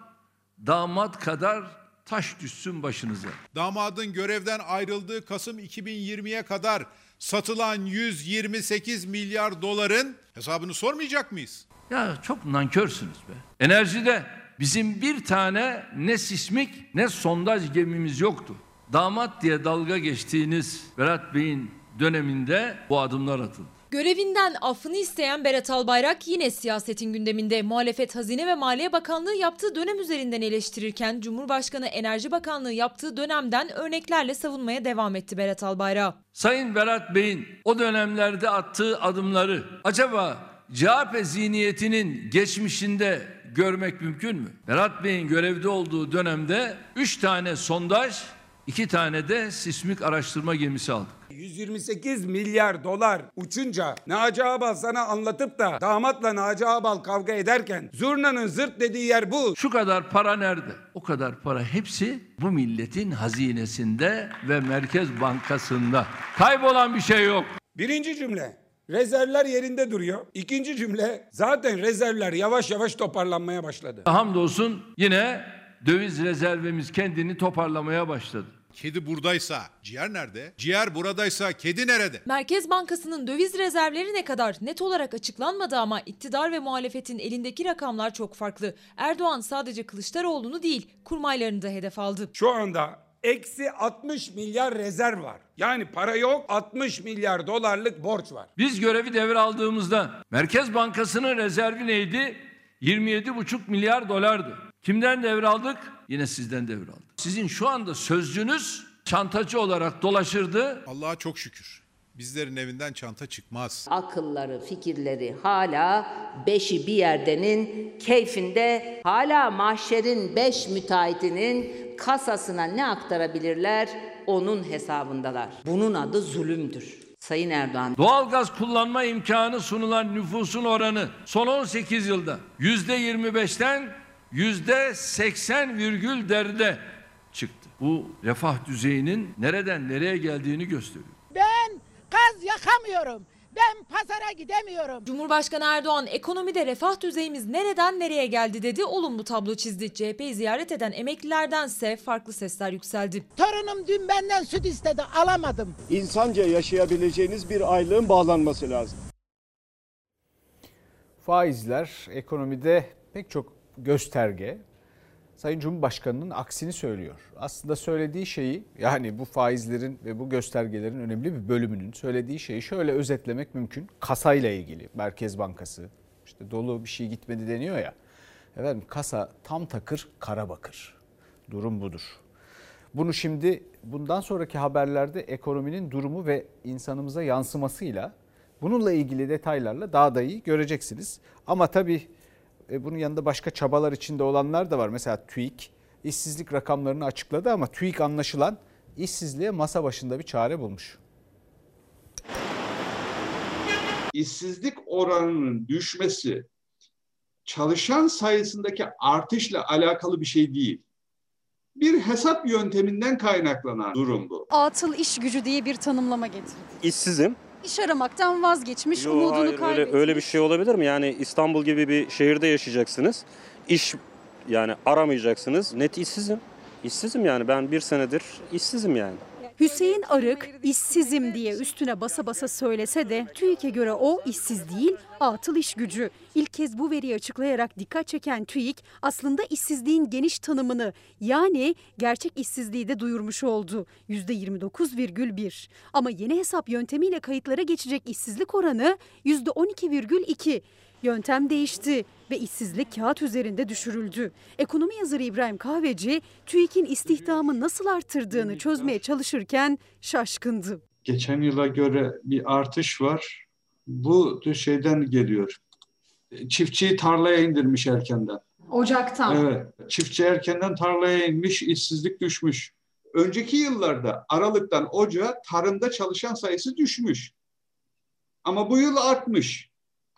S11: damat kadar taş düşsün başınıza.
S14: Damadın görevden ayrıldığı Kasım iki bin yirmiye kadar satılan yüz yirmi sekiz milyar doların hesabını sormayacak mıyız?
S11: Ya çok nankörsünüz be. Enerjide bizim bir tane ne sismik ne sondaj gemimiz yoktu. Damat diye dalga geçtiğiniz Berat Bey'in döneminde bu adımlar atıldı.
S13: Görevinden affını isteyen Berat Albayrak yine siyasetin gündeminde. Muhalefet Hazine ve Maliye Bakanlığı yaptığı dönem üzerinden eleştirirken Cumhurbaşkanı Enerji Bakanlığı yaptığı dönemden örneklerle savunmaya devam etti Berat Albayrak.
S11: Sayın Berat Bey'in o dönemlerde attığı adımları acaba C H P zihniyetinin geçmişinde görmek mümkün mü? Berat Bey'in görevde olduğu dönemde üç tane sondaj, iki tane de sismik araştırma gemisi aldık.
S10: yüz yirmi sekiz milyar dolar uçunca Naci Ağbal sana anlatıp da damatla Naci Ağbal kavga ederken zurnanın zırt dediği yer bu.
S11: Şu kadar para nerede? O kadar para hepsi bu milletin hazinesinde ve Merkez Bankası'nda. Kaybolan bir şey yok.
S10: Birinci cümle. Rezervler yerinde duruyor. İkinci cümle, zaten rezervler yavaş yavaş toparlanmaya başladı.
S11: Hamdolsun yine döviz rezervimiz kendini toparlamaya başladı.
S14: Kedi buradaysa ciğer nerede? Ciğer buradaysa kedi nerede?
S13: Merkez Bankası'nın döviz rezervleri ne kadar net olarak açıklanmadı ama iktidar ve muhalefetin elindeki rakamlar çok farklı. Erdoğan sadece Kılıçdaroğlu'nu değil, kurmaylarını da hedef aldı.
S10: Şu anda eksi altmış milyar rezerv var. Yani para yok, altmış milyar dolarlık borç var.
S11: Biz görevi devraldığımızda Merkez Bankası'nın rezervi neydi? yirmi yedi buçuk milyar dolardı. Kimden devraldık? Yine sizden devraldık. Sizin şu anda sözcünüz çantacı olarak dolaşırdı.
S14: Allah'a çok şükür. Bizlerin evinden çanta çıkmaz.
S16: Akılları, fikirleri hala beşi bir yerdenin keyfinde, hala mahşerin beş müteahhitinin kasasına ne aktarabilirler onun hesabındalar. Bunun adı zulümdür. Sayın Erdoğan.
S11: Doğalgaz kullanma imkanı sunulan nüfusun oranı son on sekiz yılda yüzde yirmi beşten yüzde seksen virgül dörde çıktı. Bu refah düzeyinin nereden nereye geldiğini gösteriyor.
S6: Ben gaz yakamıyorum. Ben pazara gidemiyorum.
S13: Cumhurbaşkanı Erdoğan ekonomide refah düzeyimiz nereden nereye geldi dedi. Olumlu tablo çizdi. C H P'yi ziyaret eden emeklilerdense farklı sesler yükseldi.
S6: Torunum dün benden süt istedi, alamadım.
S7: İnsanca yaşayabileceğiniz bir aylığın bağlanması lazım.
S1: Faizler ekonomide pek çok gösterge Sayın Cumhurbaşkanı'nın aksini söylüyor. Aslında söylediği şeyi, yani bu faizlerin ve bu göstergelerin önemli bir bölümünün söylediği şeyi şöyle özetlemek mümkün. Kasayla ilgili Merkez Bankası işte dolu bir şey gitmedi deniyor ya. Efendim kasa tam takır kara bakır. Durum budur. Bunu şimdi bundan sonraki haberlerde ekonominin durumu ve insanımıza yansımasıyla bununla ilgili detaylarla daha da iyi göreceksiniz. Ama tabii bunun yanında başka çabalar içinde olanlar da var. Mesela TÜİK işsizlik rakamlarını açıkladı ama TÜİK anlaşılan işsizliğe masa başında bir çare bulmuş.
S8: İşsizlik oranının düşmesi çalışan sayısındaki artışla alakalı bir şey değil. Bir hesap yönteminden kaynaklanan durum bu.
S9: Atıl iş gücü diye bir tanımlama getirdi.
S12: İşsizim.
S9: İş aramaktan vazgeçmiş,
S12: Yo,
S9: umudunu
S12: hayır,
S9: kaybetmiş.
S12: Öyle, öyle bir şey olabilir mi? Yani İstanbul gibi bir şehirde yaşayacaksınız. İş yani aramayacaksınız. Net işsizim. İşsizim yani ben bir senedir işsizim yani.
S9: Hüseyin Arık işsizim diye üstüne basa basa söylese de TÜİK'e göre o işsiz değil, atıl iş gücü. İlk kez bu veriyi açıklayarak dikkat çeken TÜİK aslında işsizliğin geniş tanımını yani gerçek işsizliği de duyurmuş oldu. yüzde yirmi dokuz virgül bir ama yeni hesap yöntemiyle kayıtlara geçecek işsizlik oranı yüzde on iki virgül iki. Yöntem değişti ve işsizlik kağıt üzerinde düşürüldü. Ekonomi yazarı İbrahim Kahveci, TÜİK'in istihdamı nasıl arttırdığını çözmeye çalışırken şaşkındı.
S8: Geçen yıla göre bir artış var. Bu şeyden geliyor. Çiftçiyi tarlaya indirmiş erkenden.
S9: Ocaktan.
S8: Evet. Çiftçi erkenden tarlaya inmiş, işsizlik düşmüş. Önceki yıllarda Aralık'tan Ocağa tarımda çalışan sayısı düşmüş. Ama bu yıl artmış.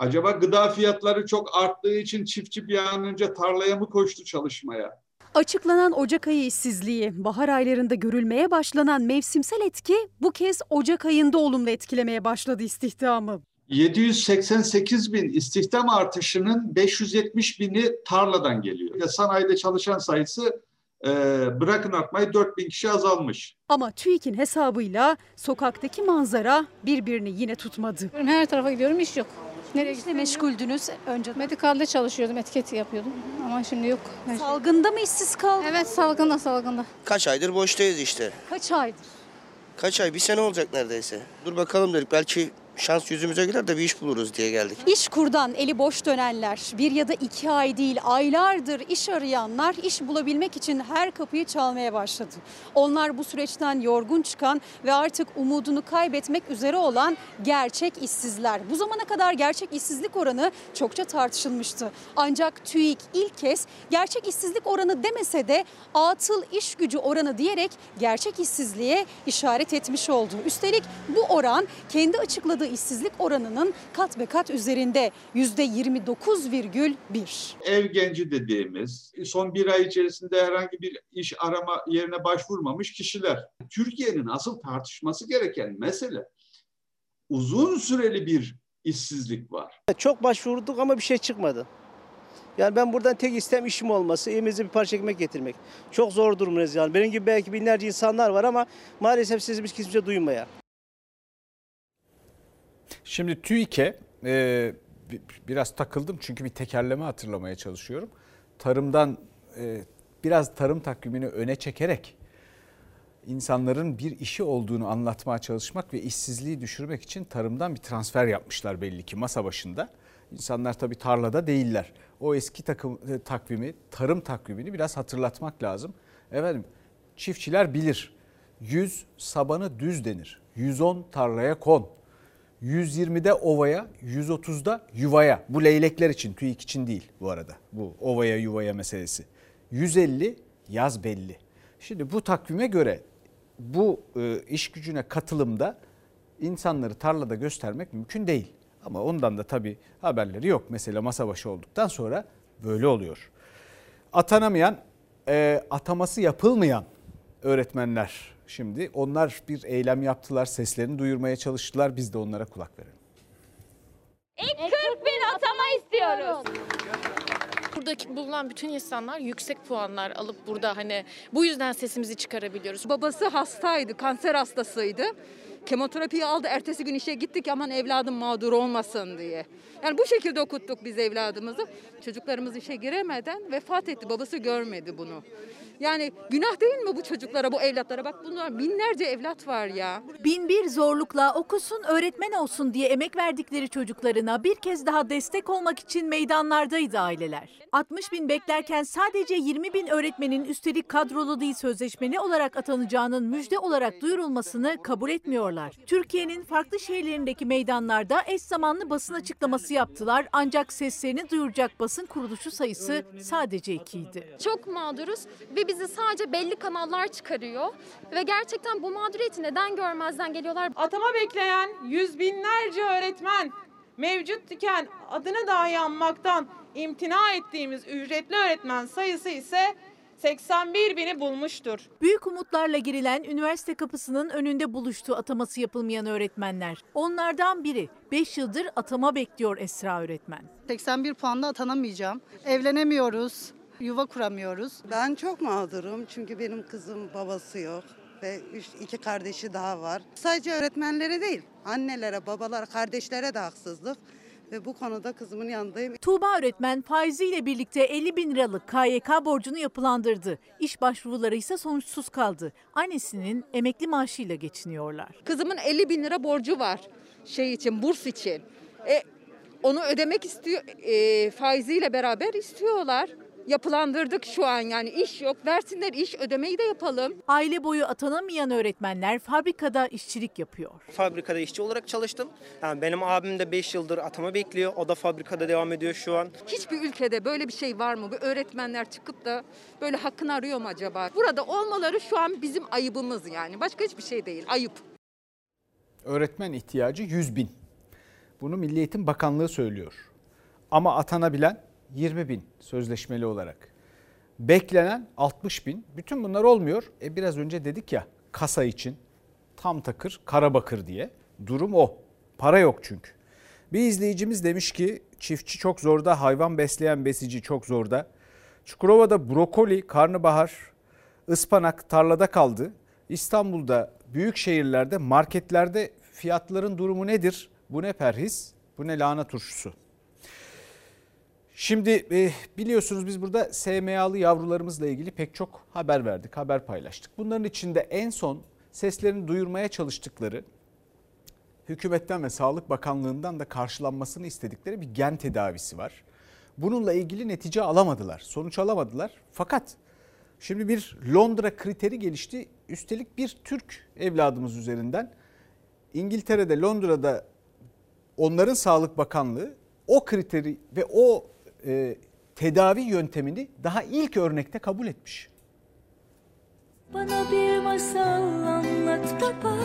S8: Acaba gıda fiyatları çok arttığı için çiftçi bir an önce tarlaya mı koştu çalışmaya?
S9: Açıklanan Ocak ayı işsizliği, bahar aylarında görülmeye başlanan mevsimsel etki bu kez Ocak ayında olumlu etkilemeye başladı istihdamı.
S8: yedi yüz seksen sekiz bin istihdam artışının beş yüz yetmiş bini tarladan geliyor. Sanayide çalışan sayısı e, bırakın artmayı dört bin kişi azalmış.
S9: Ama TÜİK'in hesabıyla sokaktaki manzara birbirini yine tutmadı.
S15: Her tarafa gidiyorum, iş yok.
S9: Nereye işte meşguldünüz önce?
S15: Medikalde çalışıyordum, etiket yapıyordum ama şimdi yok.
S9: Salgında mı işsiz kaldın?
S15: Evet, salgında salgında.
S18: Kaç aydır boştayız işte.
S9: Kaç aydır?
S18: Kaç ay? Bir sene olacak neredeyse. Dur bakalım dedik, belki şans yüzümüze girer de bir iş buluruz diye geldik.
S9: İşkur'dan eli boş dönenler, bir ya da iki ay değil aylardır iş arayanlar iş bulabilmek için her kapıyı çalmaya başladı. Onlar bu süreçten yorgun çıkan ve artık umudunu kaybetmek üzere olan gerçek işsizler. Bu zamana kadar gerçek işsizlik oranı çokça tartışılmıştı. Ancak TÜİK ilk kez gerçek işsizlik oranı demese de atıl iş gücü oranı diyerek gerçek işsizliğe işaret etmiş oldu. Üstelik bu oran kendi açıkladığı işsizlik oranının kat be kat üzerinde yüzde yirmi dokuz virgül bir.
S8: Ev genci dediğimiz son bir ay içerisinde herhangi bir iş arama yerine başvurmamış kişiler. Türkiye'nin asıl tartışması gereken mesele uzun süreli bir işsizlik var.
S19: Çok başvurduk ama bir şey çıkmadı. Yani ben buradan tek istem işim olması, evimize bir parça ekmek getirmek. Çok zor durumdayız yani. Benim gibi belki binlerce insanlar var ama maalesef sesimiz kimse duymaya.
S1: Şimdi TÜİK'e e, biraz takıldım çünkü bir tekerleme hatırlamaya çalışıyorum. Tarımdan e, biraz tarım takvimini öne çekerek insanların bir işi olduğunu anlatmaya çalışmak ve işsizliği düşürmek için tarımdan bir transfer yapmışlar belli ki masa başında. İnsanlar tabii tarlada değiller. O eski takım, takvimi, tarım takvimini biraz hatırlatmak lazım. Efendim çiftçiler bilir. yüz sabanı düz denir. yüz on tarlaya kon. yüz yirmide ovaya, yüz otuzda yuvaya. Bu leylekler için, TÜİK için değil bu arada. Bu ovaya yuvaya meselesi. yüz elli yaz belli. Şimdi bu takvime göre bu e, iş gücüne katılımda insanları tarlada göstermek mümkün değil. Ama ondan da tabii haberleri yok. Mesela masa başı olduktan sonra böyle oluyor. Atanamayan, e, ataması yapılmayan öğretmenler. Şimdi onlar bir eylem yaptılar, seslerini duyurmaya çalıştılar. Biz de onlara kulak verelim.
S21: İlk kırk bin atama istiyoruz. Buradaki bulunan bütün insanlar yüksek puanlar alıp burada hani bu yüzden sesimizi çıkarabiliyoruz.
S24: Babası hastaydı, kanser hastasıydı. Kemoterapiyi aldı, ertesi gün işe gittik aman evladım mağdur olmasın diye. Yani bu şekilde okuttuk biz evladımızı. Çocuklarımız işe giremeden vefat etti, babası görmedi bunu. Yani günah değil mi bu çocuklara, bu evlatlara? Bak bunlar binlerce evlat var ya.
S26: Bin bir zorlukla okusun, öğretmen olsun diye emek verdikleri çocuklarına bir kez daha destek olmak için meydanlardaydı aileler. altmış bin beklerken sadece yirmi bin öğretmenin üstelik kadrolu değil sözleşmeli olarak atanacağının müjde olarak duyurulmasını kabul etmiyorlar. Türkiye'nin farklı şehirlerindeki meydanlarda eş zamanlı basın açıklaması yaptılar ancak seslerini duyuracak basın kuruluşu sayısı sadece ikiydi.
S27: Çok mağduruz ve bizi sadece belli kanallar çıkarıyor ve gerçekten bu mağduriyeti neden görmezden geliyorlar?
S28: Atama bekleyen yüz binlerce öğretmen mevcut iken adını dahi anmaktan imtina ettiğimiz ücretli öğretmen sayısı ise seksen bir bini bulmuştur.
S26: Büyük umutlarla girilen üniversite kapısının önünde buluştu ataması yapılmayan öğretmenler. Onlardan biri beş yıldır atama bekliyor Esra öğretmen.
S29: seksen bir puanla atanamayacağım. Evlenemiyoruz. Yuva kuramıyoruz.
S30: Ben çok mağdurum çünkü benim kızım babası yok ve üç, iki kardeşi daha var. Sadece öğretmenlere değil, annelere, babalara, kardeşlere de haksızlık ve bu konuda kızımın yanındayım.
S26: Tuğba öğretmen faiziyle birlikte elli bin liralık K Y K borcunu yapılandırdı. İş başvuruları ise sonuçsuz kaldı. Annesinin emekli maaşıyla geçiniyorlar.
S24: Kızımın elli bin lira borcu var şey için, burs için. E, onu ödemek istiyor, e, faiziyle beraber istiyorlar. Yapılandırdık şu an yani iş yok. Versinler iş ödemeyi de yapalım.
S26: Aile boyu atanamayan öğretmenler fabrikada işçilik yapıyor.
S19: Fabrikada işçi olarak çalıştım. Yani benim abim de beş yıldır atama bekliyor. O da fabrikada devam ediyor şu an.
S24: Hiçbir ülkede böyle bir şey var mı? Bu öğretmenler çıkıp da böyle hakkını arıyor mu acaba? Burada olmaları şu an bizim ayıbımız yani. Başka hiçbir şey değil. Ayıp.
S1: Öğretmen ihtiyacı yüz bin. Bunu Milli Eğitim Bakanlığı söylüyor. Ama atanabilen yirmi bin sözleşmeli olarak. Beklenen altmış bin. Bütün bunlar olmuyor. E biraz önce dedik ya, kasa için tam takır kara bakır diye. Durum o. Para yok çünkü. Bir izleyicimiz demiş ki çiftçi çok zorda, hayvan besleyen besici çok zorda. Çukurova'da brokoli, karnabahar, ıspanak tarlada kaldı. İstanbul'da, büyük şehirlerde, marketlerde fiyatların durumu nedir? Bu ne perhiz, bu ne lahana turşusu. Şimdi e, biliyorsunuz biz burada S M A'lı yavrularımızla ilgili pek çok haber verdik, haber paylaştık. Bunların içinde en son seslerini duyurmaya çalıştıkları, hükümetten ve Sağlık Bakanlığı'ndan da karşılanmasını istedikleri bir gen tedavisi var. Bununla ilgili netice alamadılar, sonuç alamadılar. Fakat şimdi bir Londra kriteri gelişti. Üstelik bir Türk evladımız üzerinden. İngiltere'de, Londra'da onların Sağlık Bakanlığı o kriteri ve o e, tedavi yöntemini daha ilk örnekte kabul etmiş.
S2: Bana bir masal anlat baba,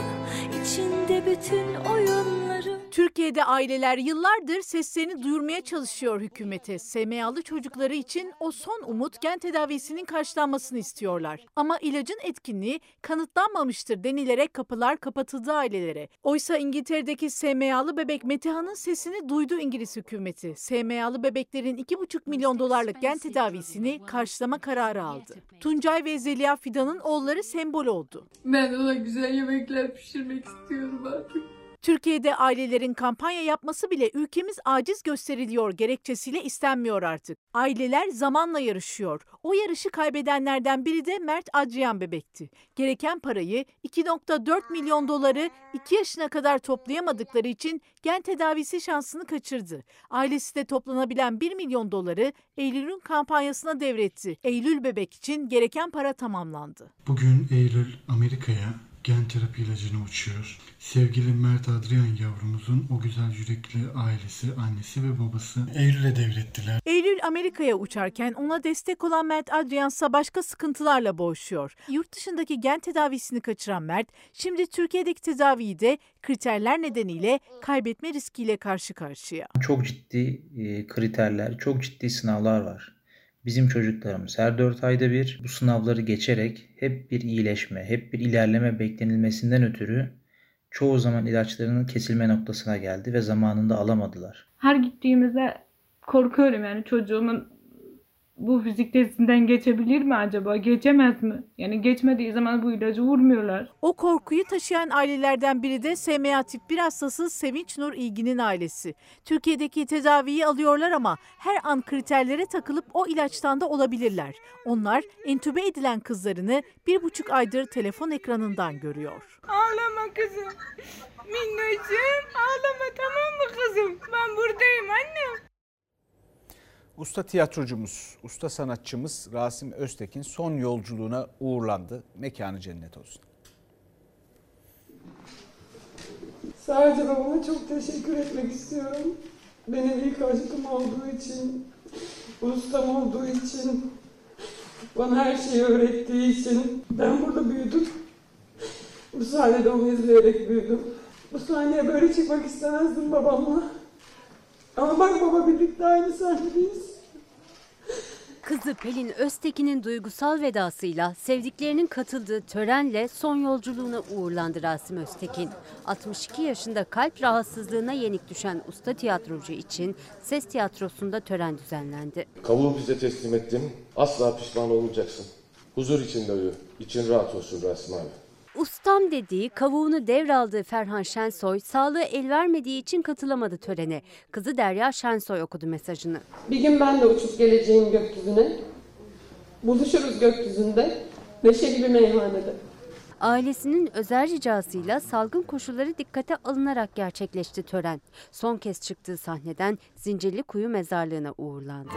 S2: içinde bütün oyunları.
S26: Türkiye'de aileler yıllardır seslerini duyurmaya çalışıyor hükümete. S M A'lı çocukları için o son umut gen tedavisinin karşılanmasını istiyorlar. Ama ilacın etkinliği kanıtlanmamıştır denilerek kapılar kapatıldı ailelere. Oysa İngiltere'deki S M A'lı bebek Metehan'ın sesini duydu İngiliz hükümeti. S M A'lı bebeklerin iki buçuk milyon dolarlık gen tedavisini karşılama kararı aldı. Tuncay ve Zeliha Fidan'ın oğulları sembol oldu.
S2: Ben ona güzel yemekler pişirmek istiyorum artık.
S26: Türkiye'de ailelerin kampanya yapması bile ülkemiz aciz gösteriliyor gerekçesiyle istenmiyor artık. Aileler zamanla yarışıyor. O yarışı kaybedenlerden biri de Mert Adrian bebekti. Gereken parayı iki virgül dört milyon doları iki yaşına kadar toplayamadıkları için gen tedavisi şansını kaçırdı. Ailesi de toplanabilen bir milyon doları Eylül'ün kampanyasına devretti. Eylül bebek için gereken para tamamlandı.
S3: Bugün Eylül Amerika'ya gen terapi ilacını uçuyor. Sevgili Mert Adrian yavrumuzun o güzel yürekli ailesi, annesi ve babası Eylül'e devrettiler.
S26: Eylül Amerika'ya uçarken ona destek olan Mert Adrian ise başka sıkıntılarla boğuşuyor. Yurt dışındaki gen tedavisini kaçıran Mert, şimdi Türkiye'deki tedaviyi de kriterler nedeniyle kaybetme riskiyle karşı karşıya.
S4: Çok ciddi kriterler, çok ciddi sınavlar var. Bizim çocuklarımız her dört ayda bir bu sınavları geçerek hep bir iyileşme, hep bir ilerleme beklenilmesinden ötürü çoğu zaman ilaçlarının kesilme noktasına geldi ve zamanında alamadılar.
S2: Her gittiğimizde korkuyorum, yani çocuğumun bu fizik testinden geçebilir mi acaba? Geçemez mi? Yani geçmediği zaman bu ilacı vurmuyorlar.
S26: O korkuyu taşıyan ailelerden biri de S M A tip bir hastası Sevinç Nur İlgin'in ailesi. Türkiye'deki tedaviyi alıyorlar ama her an kriterlere takılıp o ilaçtan da olabilirler. Onlar entübe edilen kızlarını bir buçuk aydır telefon ekranından görüyor.
S2: Ağlama kızım. Minnoşum ağlama, tamam mı kızım? Ben buradayım annem.
S1: Usta tiyatrocumuz, usta sanatçımız Rasim Öztekin son yolculuğuna uğurlandı. Mekanı cennet olsun.
S2: Sadece babama çok teşekkür etmek istiyorum. Benim ilk aşkım olduğu için, ustam olduğu için, bana her şeyi öğrettiği için. Ben burada büyüdüm. Bu sahnede onu izleyerek büyüdüm. Bu sahneye böyle çıkmak istemezdim babamla. Ama bak baba, birlikte aynı sahnedeyiz.
S5: Kızı Pelin Öztekin'in duygusal vedasıyla sevdiklerinin katıldığı törenle son yolculuğuna uğurlandı Rasim Öztekin. altmış iki yaşında kalp rahatsızlığına yenik düşen usta tiyatrocu için Ses Tiyatrosu'nda tören düzenlendi.
S10: Kavuğu bize teslim ettin. Asla pişman olmayacaksın. Huzur içinde uyu. İçin rahat olsun Rasim abi.
S5: Ustam dediği, kavuğunu devraldığı Ferhan Şensoy sağlığı el vermediği için katılamadı törene. Kızı Derya Şensoy okudu mesajını.
S2: Bir gün ben de uçup geleceğim gökyüzüne. Buluşuruz gökyüzünde, neşeli bir meyhanede.
S5: Ailesinin özel ricasıyla salgın koşulları dikkate alınarak gerçekleşti tören. Son kez çıktığı sahneden Zincirlikuyu Mezarlığı'na uğurlandı.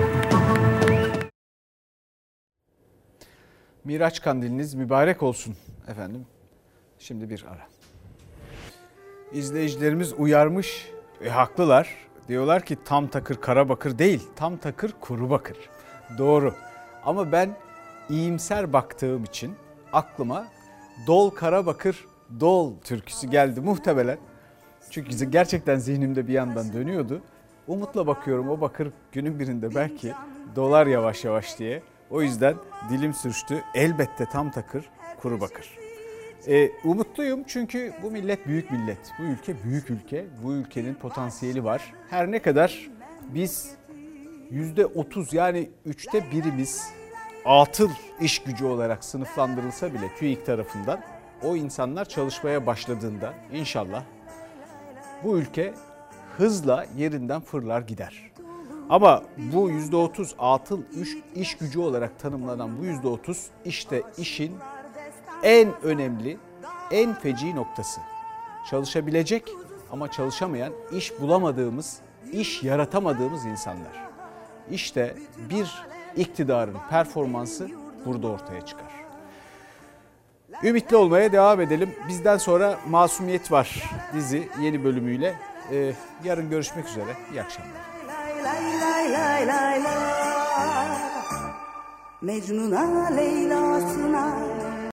S1: Miraç kandiliniz mübarek olsun efendim. Şimdi bir ara. İzleyicilerimiz uyarmış ve haklılar. Diyorlar ki tam takır kara bakır değil, tam takır kuru bakır. Doğru. Ama ben iyimser baktığım için aklıma Dol Kara Bakır Dol türküsü geldi muhtemelen. Çünkü gerçekten zihnimde bir yandan dönüyordu. Umutla bakıyorum, o bakır günün birinde belki dolar yavaş yavaş diye. O yüzden dilim sürçtü. Elbette tam takır, kuru bakır. Ee, umutluyum çünkü bu millet büyük millet. Bu ülke büyük ülke. Bu ülkenin potansiyeli var. Her ne kadar biz yüzde otuz yani üçte birimiz atıl iş gücü olarak sınıflandırılsa bile TÜİK tarafından, o insanlar çalışmaya başladığında inşallah bu ülke hızla yerinden fırlar gider. Ama bu yüzde otuz atıl iş, iş gücü olarak tanımlanan bu yüzde otuz işte işin en önemli, en feci noktası. Çalışabilecek ama çalışamayan, iş bulamadığımız, iş yaratamadığımız insanlar. İşte bir iktidarın performansı burada ortaya çıkar. Ümitli olmaya devam edelim. Bizden sonra Masumiyet Var dizi yeni bölümüyle. Ee, yarın görüşmek üzere. İyi akşamlar.
S6: Mecnun'a Leyla'sına